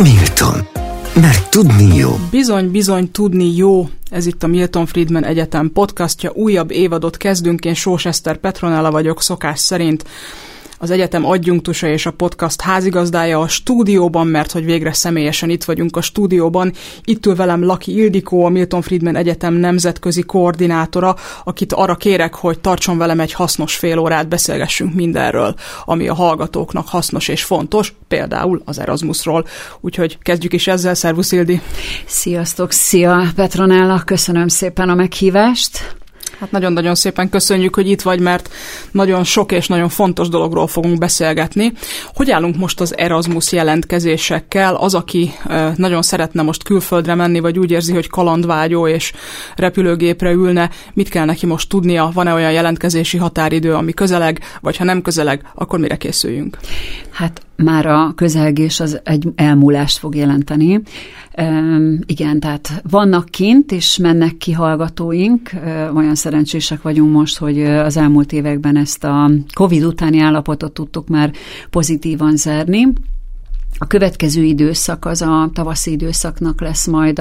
Milton. Mert tudni jó. Bizony tudni jó. Ez itt a Milton Friedman Egyetem podcastja. Újabb évadot kezdünk. Én Sós Eszter Petronella vagyok, szokás szerint az egyetem adjunktusa és a podcast házigazdája a stúdióban, mert hogy végre személyesen itt vagyunk a stúdióban. Itt ül velem Laki Ildikó, a Milton Friedman Egyetem nemzetközi koordinátora, akit arra kérek, hogy tartson velem egy hasznos fél órát, beszélgessünk mindenről, ami a hallgatóknak hasznos és fontos, például az Erasmusról. Úgyhogy kezdjük is ezzel. Szervusz, Ildi! Sziasztok! Szia, Petronella! Köszönöm szépen a meghívást! Hát nagyon-nagyon szépen köszönjük, hogy itt vagy, mert nagyon sok és nagyon fontos dologról fogunk beszélgetni. Hogy állunk most az Erasmus jelentkezésekkel? Az, aki nagyon szeretne most külföldre menni, vagy úgy érzi, hogy kalandvágyó és repülőgépre ülne, mit kell neki most tudnia? Van-e olyan jelentkezési határidő, ami közeleg, vagy ha nem közeleg, akkor mire készüljünk? Hát már a közelgés az egy elmúlást fog jelenteni. Igen, tehát vannak kint, és mennek ki hallgatóink. Olyan szerencsések vagyunk most, hogy az elmúlt években ezt a Covid utáni állapotot tudtuk már pozitívan zárni. A következő időszak az a tavaszi időszaknak lesz majd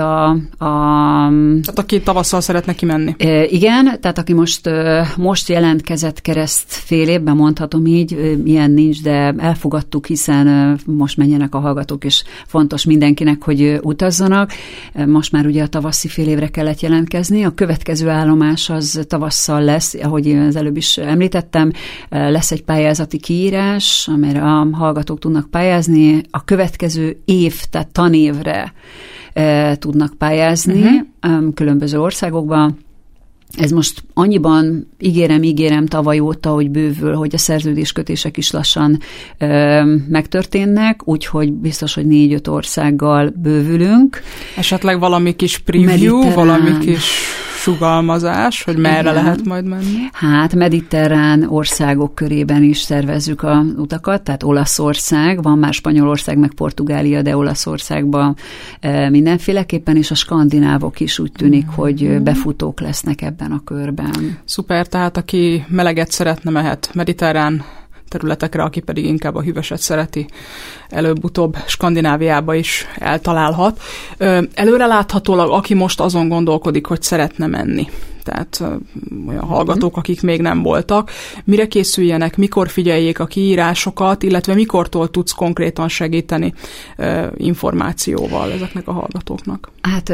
Tehát aki tavasszal szeretne kimenni. Igen, tehát aki most jelentkezett keresztfél évben, mondhatom így, ilyen nincs, de elfogadtuk, hiszen most menjenek a hallgatók, és fontos mindenkinek, hogy utazzanak. Most már ugye a tavaszi fél évre kellett jelentkezni. A következő állomás az tavasszal lesz, ahogy az előbb is említettem, lesz egy pályázati kiírás, amire a hallgatók tudnak pályázni. A következő év, tehát tanévre tudnak pályázni különböző országokban. Ez most annyiban ígérem tavaly óta, hogy bővül, hogy a szerződéskötések is lassan megtörténnek, úgyhogy biztos, hogy 4-5 országgal bővülünk. Esetleg valami kis preview, valami kis sugalmazás, hogy merre lehet majd menni? Hát mediterrán országok körében is szervezzük a utakat, tehát Olaszország, van már Spanyolország, meg Portugália, de Olaszországban mindenféleképpen, és a skandinávok is úgy tűnik, hogy befutók lesznek ebben a körben. Szuper, tehát aki meleget szeretne, mehet mediterrán területekre, aki pedig inkább a hűvöset szereti, előbb-utóbb Skandináviába is eltalálhat. Előreláthatólag, aki most azon gondolkodik, hogy szeretne menni, tehát olyan hallgatók, akik még nem voltak, mire készüljenek, mikor figyeljék a kiírásokat, illetve mikortól tudsz konkrétan segíteni információval ezeknek a hallgatóknak? Hát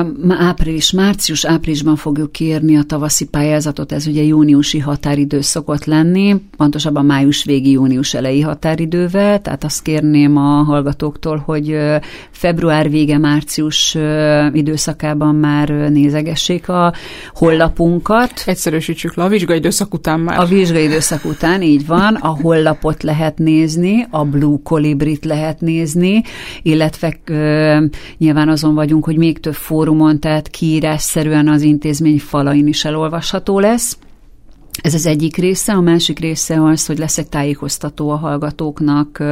március-áprilisban fogjuk kiírni a tavaszi pályázatot, ez ugye júniusi határidő szokott lenni, pontosabban május végi, június elejé határidővel, tehát azt kérném a hallgatóktól, hogy február vége, március időszakában már nézegessék a honlapunkat. Egyszerűsítsük le, a vizsgaidőszak után már. A vizsgaidőszak után, így van, a honlapot lehet nézni, a Blue Colibrit lehet nézni, illetve nyilván azon vagyunk, hogy még több fórumon, tehát kiírásszerűen az intézmény falain is elolvasható lesz. Ez az egyik része, a másik része az, hogy lesz egy tájékoztató a hallgatóknak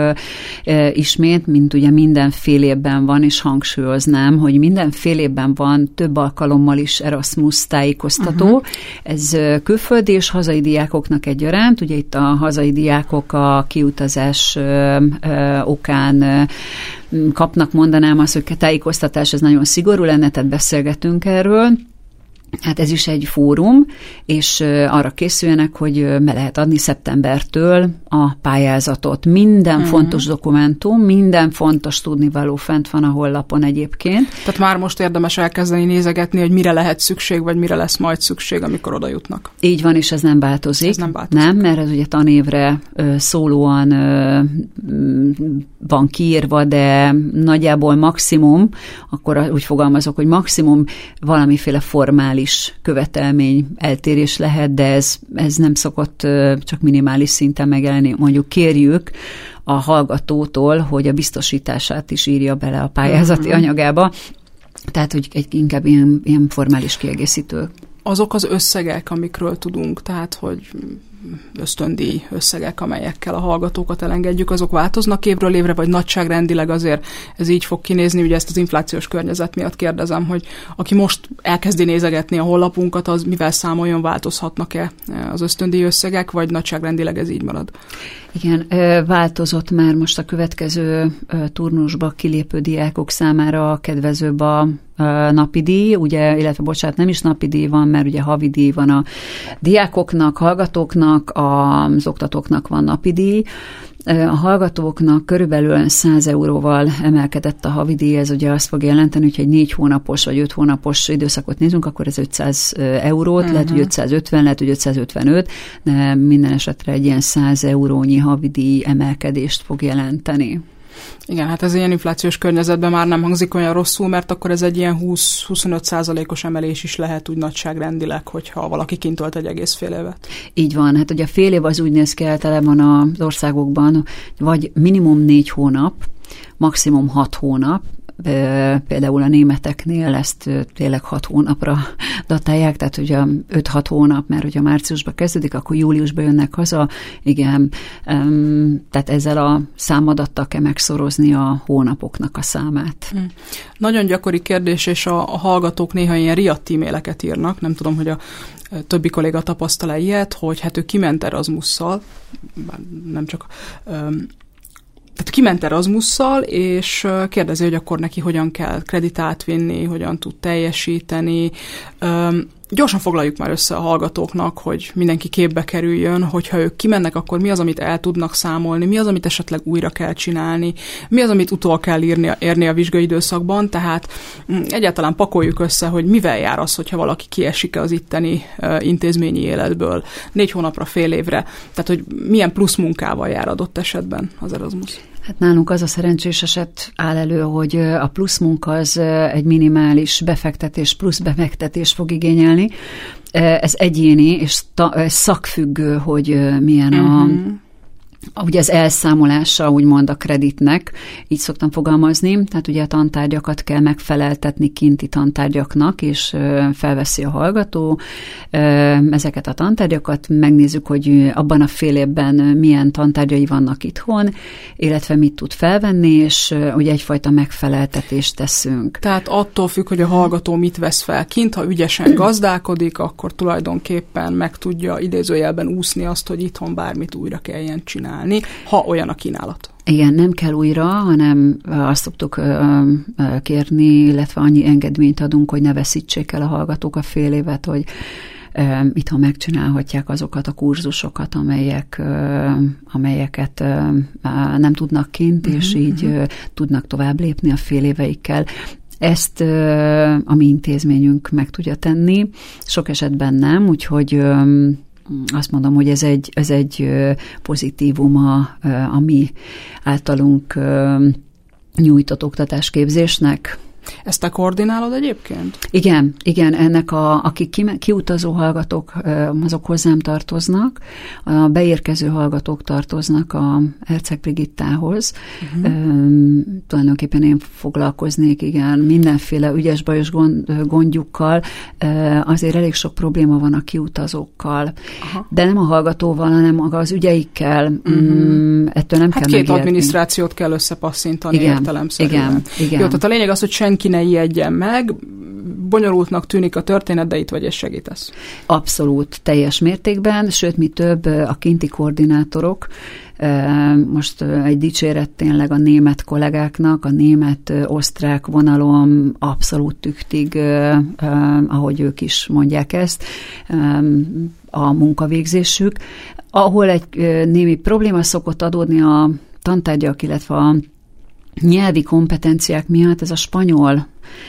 ismét, mint ugye minden fél évben van, és hangsúlyoznám, hogy minden fél évben van több alkalommal is Erasmus tájékoztató. Ez külföldi és hazai diákoknak egyaránt, ugye itt a hazai diákok a kiutazás okán kapnak, mondanám azt, hogy tájékoztatás, ez nagyon szigorú lenne, tehát beszélgetünk erről. Hát ez is egy fórum, és arra készüljenek, hogy be lehet adni szeptembertől a pályázatot. Minden fontos dokumentum, minden fontos tudnivaló fent van a honlapon egyébként. Tehát már most érdemes elkezdeni nézegetni, hogy mire lehet szükség, vagy mire lesz majd szükség, amikor oda jutnak. Így van, és ez nem változik. Nem, mert ez ugye tanévre szólóan van kiírva, de nagyjából maximum, akkor úgy fogalmazok, hogy maximum valamiféle formális követelmény eltérés lehet, de ez nem szokott csak minimális szinten megjelenni. Mondjuk kérjük a hallgatótól, hogy a biztosítását is írja bele a pályázati anyagába, tehát hogy inkább ilyen formális kiegészítő. Azok az összegek, amikről tudunk, tehát hogy ösztöndíj összegek, amelyekkel a hallgatókat elengedjük, azok változnak évről évre, vagy nagyságrendileg azért ez így fog kinézni? Ugye ezt az inflációs környezet miatt kérdezem, hogy aki most elkezdi nézegetni a honlapunkat, az mivel számoljon, változhatnak-e az ösztöndíj összegek, vagy nagyságrendileg ez így marad? Igen, változott már most a következő turnusba kilépő diákok számára kedvezőbb a napi díj, ugye, illetve bocsánat, nem is napi díj van, mert ugye havi díj van a diákoknak, hallgatóknak, az oktatóknak van napi díj. A hallgatóknak körülbelül 100 euróval emelkedett a havidíj, ez ugye azt fog jelenteni, hogy egy 4 hónapos vagy 5 hónapos időszakot nézünk, akkor ez 500 eurót, lehet, hogy 550, lehet, hogy 555, de minden esetre egy ilyen 100 eurónyi havidíj emelkedést fog jelenteni. Igen, hát ez ilyen inflációs környezetben már nem hangzik olyan rosszul, mert akkor ez egy ilyen 20-25%-os emelés is lehet úgy nagyságrendileg, hogyha valaki kint tölt egy egész fél évet. Így van, hát ugye a fél év az úgy néz ki általában az országokban, vagy minimum 4 hónap, maximum 6 hónap, például a németeknél ezt tényleg 6 hónapra datálják, tehát ugye 5-6 hónap, mert ugye márciusban kezdődik, akkor júliusban jönnek haza, igen, tehát ezzel a számadattal kell megszorozni a hónapoknak a számát. Nagyon gyakori kérdés, és a hallgatók néha ilyen riadt e-maileket írnak, nem tudom, hogy a többi kolléga tapasztal-e ilyet, hogy hát ő kiment Erasmusszal, nem csak... Tehát kiment Erasmusszal, és kérdezi, hogy akkor neki hogyan kell kreditát vinni, hogyan tud teljesíteni. Gyorsan foglaljuk már össze a hallgatóknak, hogy mindenki képbe kerüljön, hogyha ők kimennek, akkor mi az, amit el tudnak számolni, mi az, amit esetleg újra kell csinálni, mi az, amit utol kell érni a vizsgai időszakban, tehát egyáltalán pakoljuk össze, hogy mivel jár az, hogyha valaki kiesik az itteni intézményi életből 4 hónapra, fél évre, tehát hogy milyen plusz munkával jár adott esetben az Erasmus. Hát nálunk az a szerencsés eset áll elő, hogy a plusz munka az egy minimális befektetés, plusz befektetés fog igényelni. Ez egyéni és szakfüggő, hogy milyen ugye az elszámolása, úgymond a kreditnek, így szoktam fogalmazni, tehát ugye a tantárgyakat kell megfeleltetni kinti tantárgyaknak, és felveszi a hallgató ezeket a tantárgyakat, megnézzük, hogy abban a fél évben milyen tantárgyai vannak itthon, illetve mit tud felvenni, és ugye egyfajta megfeleltetést teszünk. Tehát attól függ, hogy a hallgató mit vesz fel kint, ha ügyesen gazdálkodik, akkor tulajdonképpen meg tudja idézőjelben úszni azt, hogy itthon bármit újra kelljen csinálni, ha olyan a kínálat. Igen, nem kell újra, hanem azt szoktuk kérni, illetve annyi engedményt adunk, hogy ne veszítsék el a hallgatók a fél évet, hogy itthon megcsinálhatják azokat a kurzusokat, amelyeket nem tudnak kint, és így tudnak tovább lépni a fél éveikkel. Ezt a mi intézményünk meg tudja tenni, sok esetben nem, úgyhogy azt mondom, hogy ez egy pozitívum a mi általunk nyújtott oktatásképzésnek. Ezt te koordinálod egyébként? Igen, ennek akik kiutazó hallgatók, azok hozzám tartoznak, a beérkező hallgatók tartoznak a Herceg Brigittához. Tulajdonképpen én foglalkoznék, igen, mindenféle ügyes-bajos gondjukkal, azért elég sok probléma van a kiutazókkal, de nem a hallgatóval, hanem az ügyeikkel. Ettől nem kell két megérteni. Adminisztrációt kell összepasszintani értelemszerűen. Igen. Jó, tehát a lényeg az, hogy senki ne ijedjen meg, bonyolultnak tűnik a történet, de itt vagy és segítesz. Abszolút, teljes mértékben, sőt, mi több, a kinti koordinátorok, most egy dicséret tényleg a német kollégáknak, a német-osztrák vonalon abszolút tüktig, ahogy ők is mondják ezt, a munkavégzésük, ahol egy némi probléma szokott adódni a tantárgyak, illetve a nyelvi kompetenciák miatt, ez a spanyol,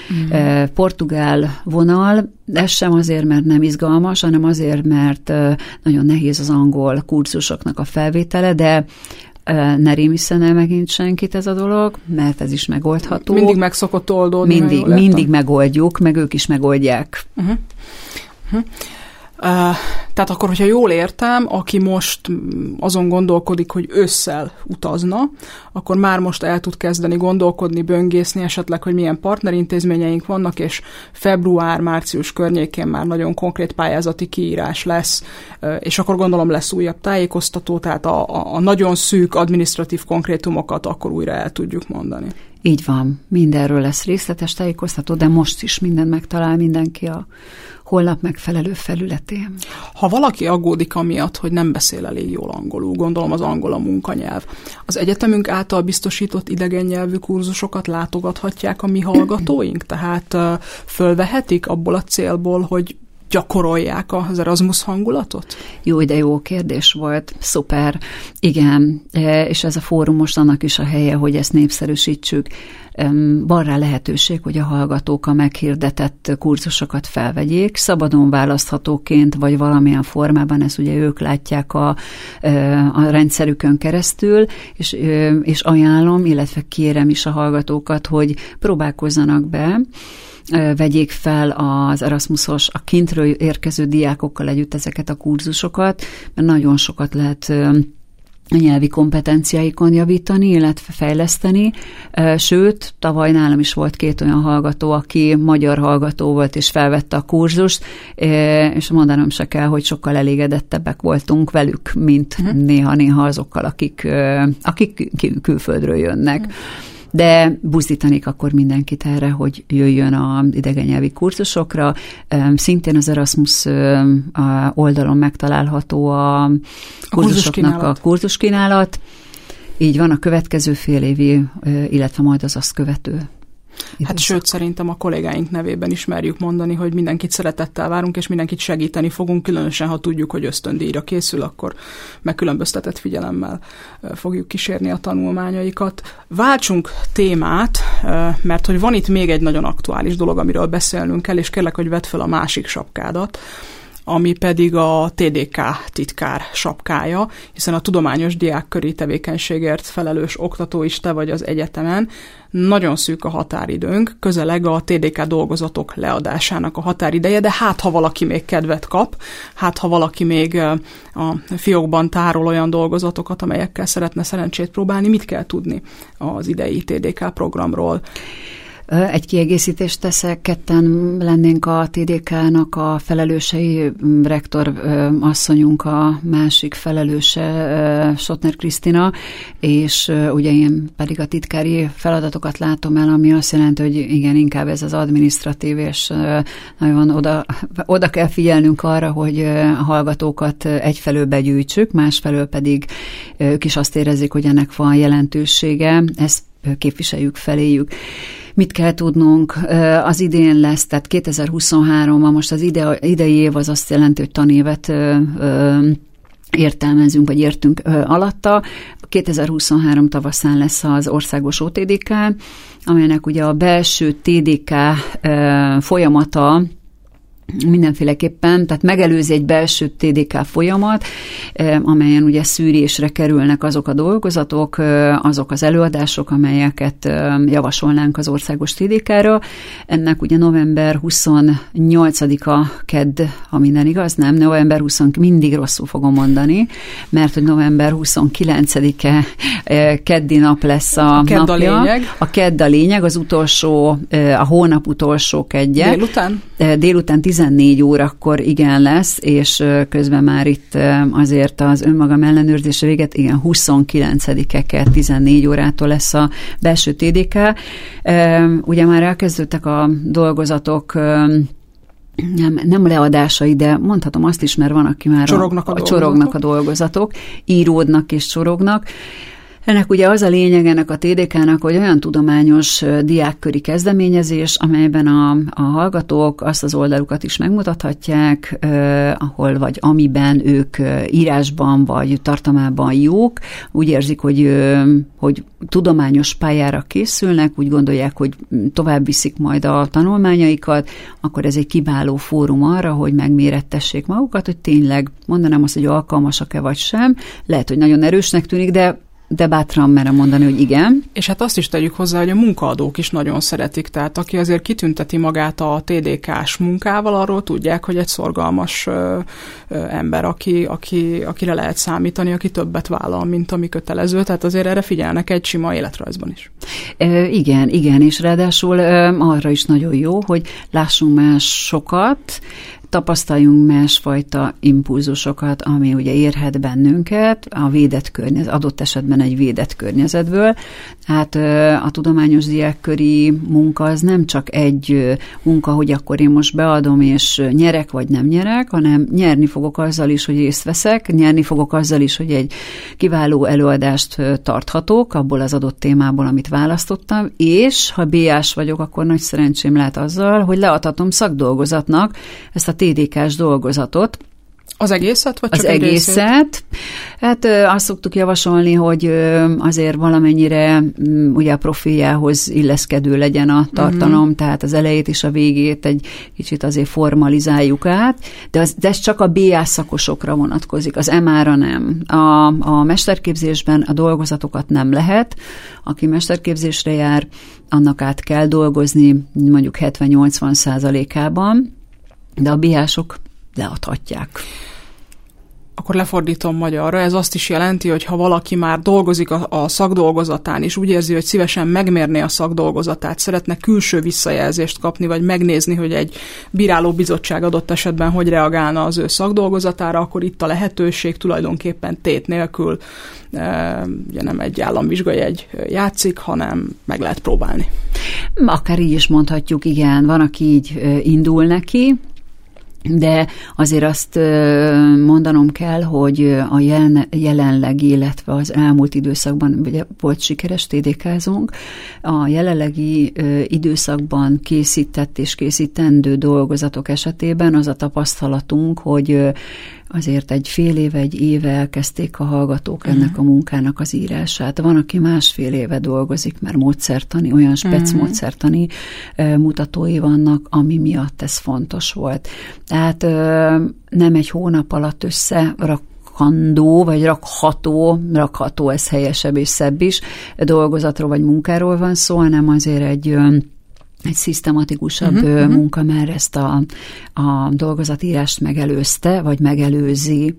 portugál vonal, ez sem azért, mert nem izgalmas, hanem azért, mert nagyon nehéz az angol kurzusoknak a felvétele, de ne rémisszen el megint senkit ez a dolog, mert ez is megoldható. Mindig meg szokott oldódni. Mindig megoldjuk, meg ők is megoldják. Tehát akkor, hogyha jól értem, aki most azon gondolkodik, hogy ősszel utazna, akkor már most el tud kezdeni gondolkodni, böngészni esetleg, hogy milyen partnerintézményeink vannak, és február-március környékén már nagyon konkrét pályázati kiírás lesz, és akkor gondolom lesz újabb tájékoztató, tehát a nagyon szűk adminisztratív konkrétumokat akkor újra el tudjuk mondani. Így van, mindenről lesz részletes tájékoztató, de most is mindent megtalál mindenki a honlap megfelelő felületén. Ha valaki aggódik amiatt, hogy nem beszél elég jól angolul, gondolom az angol a munkanyelv, az egyetemünk által biztosított idegen nyelvű kurzusokat látogathatják a mi hallgatóink? Tehát fölvehetik abból a célból, hogy gyakorolják az Erasmus hangulatot? Jó, de jó kérdés volt. Szuper. Igen, és ez a fórum most annak is a helye, hogy ezt népszerűsítsük. Van rá lehetőség, hogy a hallgatók a meghirdetett kurzusokat felvegyék, szabadon választhatóként, vagy valamilyen formában, ezt ugye ők látják a rendszerükön keresztül, és ajánlom, illetve kérem is a hallgatókat, hogy próbálkozzanak be, vegyék fel az Erasmusos, a kintről érkező diákokkal együtt ezeket a kurzusokat, mert nagyon sokat lehet a nyelvi kompetenciáikon javítani, illetve fejleszteni. Sőt, tavaly nálam is volt 2 olyan hallgató, aki magyar hallgató volt, és felvette a kurzust, és mondanom se kell, hogy sokkal elégedettebbek voltunk velük, mint néha-néha azokkal, akik külföldről jönnek. De buzdítanék akkor mindenkit erre, hogy jöjjön az idegennyelvi kurzusokra. Szintén az Erasmus oldalon megtalálható a kurzusoknak a kurzuskínálat. Így van, a következő fél évi, illetve majd az azt követő időszak. Hát sőt, szerintem a kollégáink nevében is merjük mondani, hogy mindenkit szeretettel várunk, és mindenkit segíteni fogunk, különösen, ha tudjuk, hogy ösztöndíjra készül, akkor megkülönböztetett figyelemmel fogjuk kísérni a tanulmányaikat. Váltsunk témát, mert hogy van itt még egy nagyon aktuális dolog, amiről beszélnünk kell, és kérlek, hogy vedd fel a másik sapkádat, ami pedig a TDK titkár sapkája, hiszen a tudományos diákköri tevékenységért felelős oktató is te vagy az egyetemen. Nagyon szűk a határidőnk, közeleg a TDK dolgozatok leadásának a határideje, de hát ha valaki még kedvet kap, hát ha valaki még a fiókban tárol olyan dolgozatokat, amelyekkel szeretne szerencsét próbálni, mit kell tudni az idei TDK programról? Egy kiegészítést teszek, ketten lennénk a TDK-nak a felelősei, rektor asszonyunk a másik felelőse, Sotner Krisztina, és ugye én pedig a titkári feladatokat látom el, ami azt jelenti, hogy igen, inkább ez az adminisztratív, és nagyon oda kell figyelnünk arra, hogy a hallgatókat egyfelől begyűjtsük, másfelől pedig ők is azt érezzék, hogy ennek van jelentősége, ezt képviseljük feléjük. Mit kell tudnunk? Az idén lesz, tehát 2023-ban most az idei év az azt jelenti, hogy tanévet értelmezünk, vagy értünk alatta. 2023 tavaszán lesz az országos OTDK, amelynek ugye a belső TDK folyamata mindenféleképpen, tehát megelőzi egy belső TDK folyamat, amelyen ugye szűrésre kerülnek azok a dolgozatok, azok az előadások, amelyeket javasolnánk az országos TDK-ra. Ennek ugye november 28-a kedd, ha minden igaz, nem, november 20, mindig rosszul fogom mondani, mert hogy november 29-e keddi nap lesz a napja. A lényeg. A kedd a lényeg, az utolsó, a hónap utolsó kedje. Délután? Délután 14 órakor igen lesz, és közben már itt azért az önmagam ellenőrzése véget, igen, 29-e 14 órától lesz a belső TDK. Ugye már elkezdődtek a dolgozatok, nem leadásai, de mondhatom azt is, mert van, aki már csorognak a dolgozatok, íródnak és csorognak. Ennek ugye az a lényeg ennek a TDK-nak, hogy olyan tudományos diákköri kezdeményezés, amelyben a hallgatók azt az oldalukat is megmutathatják, ahol vagy amiben ők írásban vagy tartalmában jók, úgy érzik, hogy tudományos pályára készülnek, úgy gondolják, hogy tovább viszik majd a tanulmányaikat, akkor ez egy kiváló fórum arra, hogy megmérettessék magukat, hogy tényleg mondanám azt, hogy alkalmasak-e vagy sem. Lehet, hogy nagyon erősnek tűnik, de de bátran merem mondani, hogy igen. És hát azt is tegyük hozzá, hogy a munkaadók is nagyon szeretik, tehát aki azért kitünteti magát a TDK-s munkával, arról tudják, hogy egy szorgalmas ember, akire lehet számítani, aki többet vállal, mint ami kötelező, tehát azért erre figyelnek egy sima életrajzban is. Igen, és ráadásul arra is nagyon jó, hogy lássunk másokat, tapasztaljunk másfajta impulzusokat, ami ugye érhet bennünket a védett környezet, adott esetben egy védett környezetből. Hát a tudományos diákköri munka az nem csak egy munka, hogy akkor én most beadom és nyerek vagy nem nyerek, hanem nyerni fogok azzal is, hogy részt veszek, nyerni fogok azzal is, hogy egy kiváló előadást tarthatok abból az adott témából, amit választottam, és ha BA-s vagyok, akkor nagy szerencsém lehet azzal, hogy leadhatom szakdolgozatnak ezt a TDK-s dolgozatot. Az egészet, vagy csak az egészet? Hát azt szoktuk javasolni, hogy azért valamennyire ugye a profiljához illeszkedő legyen a tartalom, tehát az elejét és a végét egy kicsit azért formalizáljuk át, de ez csak a BA szakosokra vonatkozik, az MA-ra nem. A mesterképzésben a dolgozatokat nem lehet, aki mesterképzésre jár, annak át kell dolgozni mondjuk 70-80%-ában, de a BA-sok leadhatják. Akkor lefordítom magyarra, ez azt is jelenti, hogy ha valaki már dolgozik a szakdolgozatán, és úgy érzi, hogy szívesen megmérné a szakdolgozatát, szeretne külső visszajelzést kapni, vagy megnézni, hogy egy bírálóbizottság adott esetben hogy reagálna az ő szakdolgozatára, akkor itt a lehetőség tulajdonképpen tét nélkül, ugye nem egy államvizsgajegy játszik, hanem meg lehet próbálni. Akár így is mondhatjuk, igen, van, aki így indul neki, de azért azt mondanom kell, hogy a jelenlegi, illetve az elmúlt időszakban ugye volt sikeres TDK-zónk, a jelenlegi időszakban készített és készítendő dolgozatok esetében az a tapasztalatunk, hogy azért egy fél éve, egy éve elkezdték a hallgatók ennek a munkának az írását. Van, aki másfél éve dolgozik, mert módszertani, olyan spec módszertani mutatói vannak, ami miatt ez fontos volt. Tehát nem egy hónap alatt összerakandó, vagy rakható, ez helyesebb és szebb is, dolgozatról vagy munkáról van szó, hanem azért egy szisztematikusabb munka már ezt a dolgozatírást megelőzte, vagy megelőzi.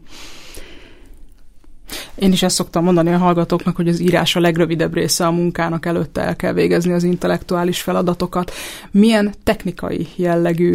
Én is ezt szoktam mondani a hallgatóknak, hogy az írás a legrövidebb része a munkának, előtte el kell végezni az intellektuális feladatokat. Milyen technikai jellegű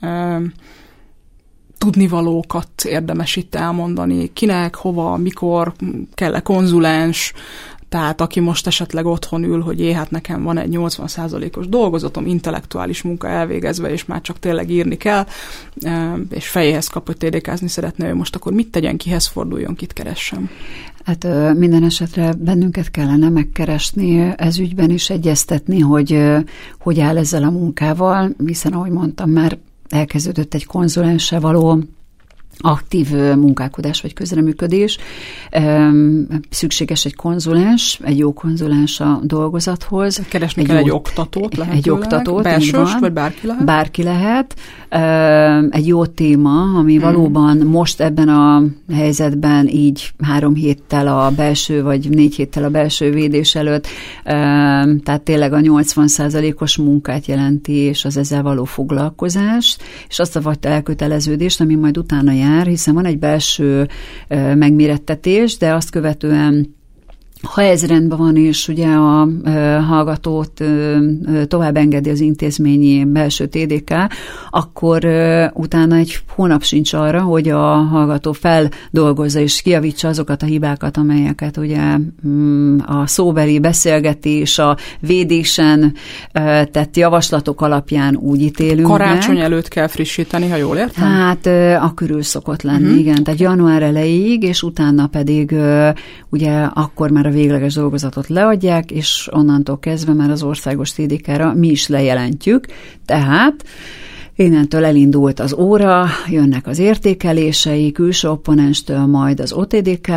tudnivalókat érdemes itt elmondani? Kinek, hova, mikor kell-e konzulens? Tehát aki most esetleg otthon ül, hogy hát nekem van egy 80%-os dolgozatom, intellektuális munka elvégezve, és már csak tényleg írni kell, és fejéhez kap, hogy TDK-zni szeretne ő most, akkor mit tegyen, kihez forduljon, kit keressem? Hát minden esetre bennünket kellene megkeresni, ez ügyben is egyeztetni, hogy áll ezzel a munkával, hiszen ahogy mondtam, már elkezdődött egy konzulenssel való aktív munkálkodás vagy közreműködés. Szükséges egy konzulens, egy jó konzulens a dolgozathoz. Keresni kell egy oktatót lehetőleg? Egy oktatót, belsőst, vagy bárki lehet? Bárki lehet. Egy jó téma, ami valóban most ebben a helyzetben így 3 héttel a belső, vagy 4 héttel a belső védés előtt, tehát tényleg a 80%-os munkát jelenti, és az ezzel való foglalkozás, és azt a fajta elköteleződést, ami majd utána jár, hiszen van egy belső megmérettetés, de azt követően, ha ez rendben van, és ugye a hallgatót tovább engedi az intézményi belső TDK, akkor utána egy hónap sincs arra, hogy a hallgató feldolgozza és kijavítsa azokat a hibákat, amelyeket ugye a szóbeli beszélgetés, a védésen tett javaslatok alapján úgy ítélünk Karácsony meg. előtt kell frissíteni, ha jól értem? Hát a körül szokott lenni, igen. Tehát január elejéig, és utána pedig ugye akkor már a végleges dolgozatot leadják, és onnantól kezdve már az országos TDK-ra mi is lejelentjük. Tehát innentől elindult az óra, jönnek az értékelései, külső opponenstől, majd az OTDK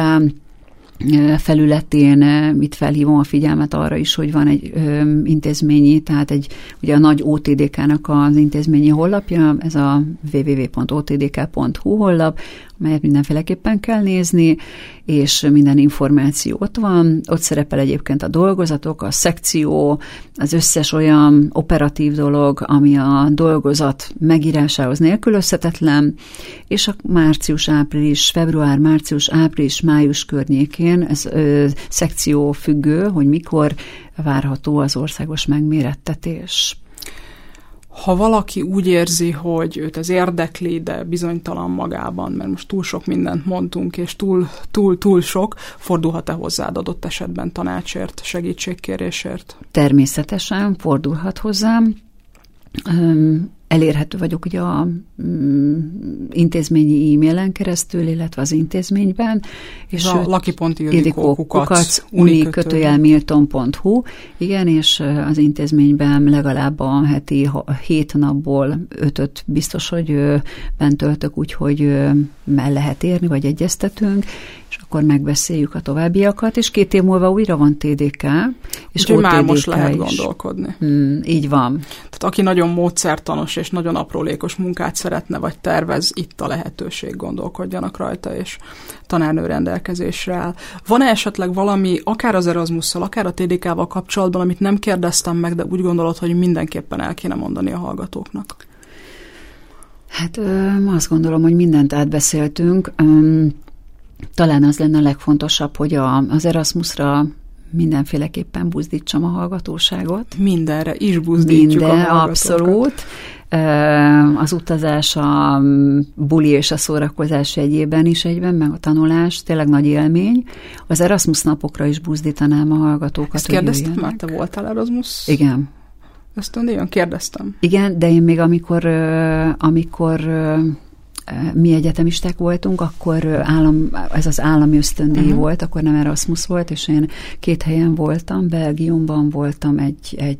felületén. Itt felhívom a figyelmet arra is, hogy van egy intézményi, tehát ugye a nagy OTDK-nak az intézményi honlapja, ez a www.otdk.hu honlap, melyet mindenféleképpen kell nézni, és minden információ ott van. Ott szerepel egyébként a dolgozatok, a szekció, az összes olyan operatív dolog, ami a dolgozat megírásához nélkülözhetetlen, és a február, március, április, május környékén ez szekció függő, hogy mikor várható az országos megmérettetés. Ha valaki úgy érzi, hogy őt ez érdekli, de bizonytalan magában, mert most túl sok mindent mondtunk, és túl sok, fordulhat-e hozzád adott esetben tanácsért, segítségkérésért? Természetesen fordulhat hozzám. Elérhető vagyok ugye a intézményi e-mailen keresztül, illetve az intézményben. És a laki.ildikó@uni-milton.hu. Igen, és az intézményben legalább a heti 7 napból 5-öt biztos, hogy bent töltök, úgyhogy el lehet érni, vagy egyeztetünk, és akkor megbeszéljük a továbbiakat, és 2 év múlva újra van TDK, és úgyhogy már most lehet gondolkodni. Így van. Tehát aki nagyon módszertanos és nagyon aprólékos munkát szeretne, vagy tervez, itt a lehetőség, gondolkodjanak rajta, és tanárnő rendelkezésre áll. Van-e esetleg valami, akár az Erasmusszal, akár a TDK-val kapcsolatban, amit nem kérdeztem meg, de úgy gondolod, hogy mindenképpen el kéne mondani a hallgatóknak? Hát azt gondolom, hogy mindent átbeszéltünk. Talán az lenne a legfontosabb, hogy az Erasmusra mindenféleképpen buzdítsam a hallgatóságot. Mindenre is buzdítjuk a hallgatókat. Abszolút. Az utazás, a buli és a szórakozás egyében is egyben, meg a tanulás, tényleg nagy élmény. Az Erasmus napokra is buzdítanám a hallgatókat. Ezt kérdeztem már, te voltál Erasmus? Igen. Ösztöndíjon? Kérdeztem. Igen, de én még amikor mi egyetemisták voltunk, akkor ez az állami ösztöndíj volt, akkor nem Erasmus volt, és én 2 helyen voltam, Belgiumban voltam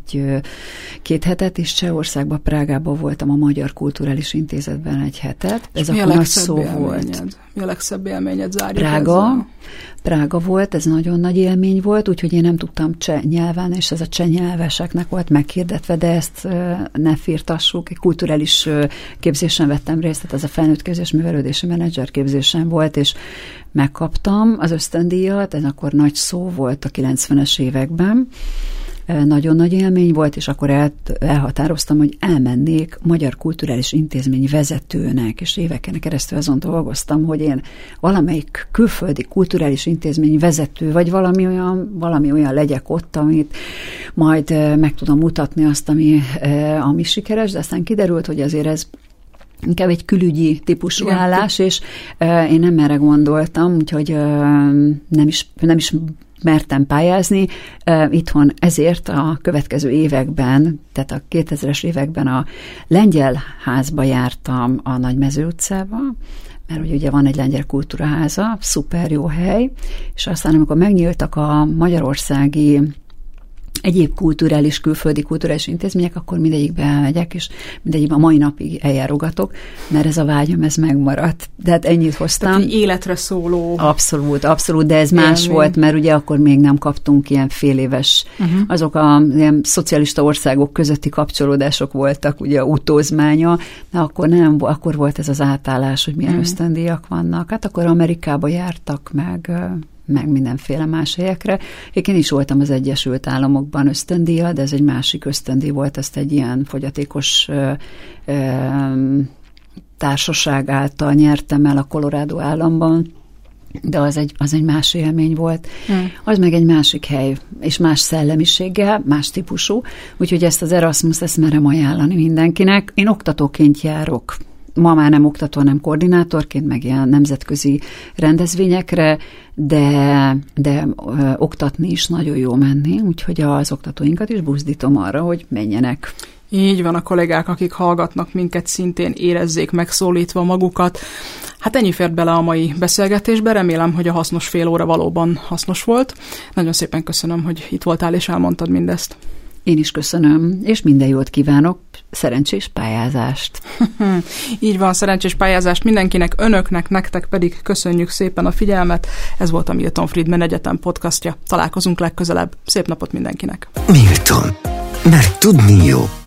2 hetet, és Csehországban, Prágában voltam a Magyar Kulturális Intézetben 1 hetet. Ez a nagy szó volt. Mi a legszebb élményed, zárjuk Prága volt, ez nagyon nagy élmény volt, úgyhogy én nem tudtam cseh nyelven, és ez a cseh nyelveseknek volt meghirdetve, de ezt ne firtassuk. Egy kulturális képzésen vettem részt, tehát ez a felnőtt képzés, művelődési menedzser képzésen volt, és megkaptam az ösztöndíjat, ez akkor nagy szó volt a 90-es években. Nagyon nagy élmény volt, és akkor elhatároztam, hogy elmennék Magyar Kulturális Intézmény vezetőnek, és éveken keresztül azon dolgoztam, hogy én valamelyik külföldi kulturális intézmény vezető, vagy valami olyan legyek ott, amit majd meg tudom mutatni azt, ami sikeres, de aztán kiderült, hogy azért ez inkább egy külügyi típusú állás, és én nem erre gondoltam, úgyhogy nem is mertem pályázni itthon, ezért a következő években, tehát a 2000-es években a Lengyel Házba jártam a Nagymező utcába, mert ugye van egy lengyel kultúraháza, szuper jó hely, és aztán amikor megnyíltak a magyarországi egyéb külföldi kulturális intézmények, akkor mindegyikbe elmegyek, és mindegyikben a mai napig eljárogatok, mert ez a vágyam, ez megmaradt. De hát ennyit hoztam. Tehát életre szóló. Abszolút, de ez más volt, mert ugye akkor még nem kaptunk ilyen féléves, azok a ilyen szocialista országok közötti kapcsolódások voltak, ugye utózmánya, de akkor volt ez az átállás, hogy milyen ösztöndíjak vannak. Hát akkor Amerikába jártak meg mindenféle más helyekre. Én is voltam az Egyesült Államokban ösztöndíjjal, de ez egy másik ösztöndíj volt, ezt egy ilyen fogyatékos társaság által nyertem el a Colorado államban, de az egy más élmény volt. Az meg egy másik hely, és más szellemiséggel, más típusú, úgyhogy ezt az Erasmus, ezt merem ajánlani mindenkinek. Én oktatóként járok, ma már nem oktató, hanem koordinátorként, meg ilyen nemzetközi rendezvényekre, de oktatni is nagyon jó menni, úgyhogy az oktatóinkat is buzdítom arra, hogy menjenek. Így van, a kollégák, akik hallgatnak minket, szintén érezzék megszólítva magukat. Hát ennyi fért bele a mai beszélgetésbe, remélem, hogy a hasznos fél óra valóban hasznos volt. Nagyon szépen köszönöm, hogy itt voltál és elmondtad mindezt. Én is köszönöm, és minden jót kívánok, szerencsés pályázást. Így van, szerencsés pályázást mindenkinek, önöknek, nektek pedig köszönjük szépen a figyelmet. Ez volt a Milton Friedman Egyetem podcastja. Találkozunk legközelebb. Szép napot mindenkinek. Milton. Mert tudni jó.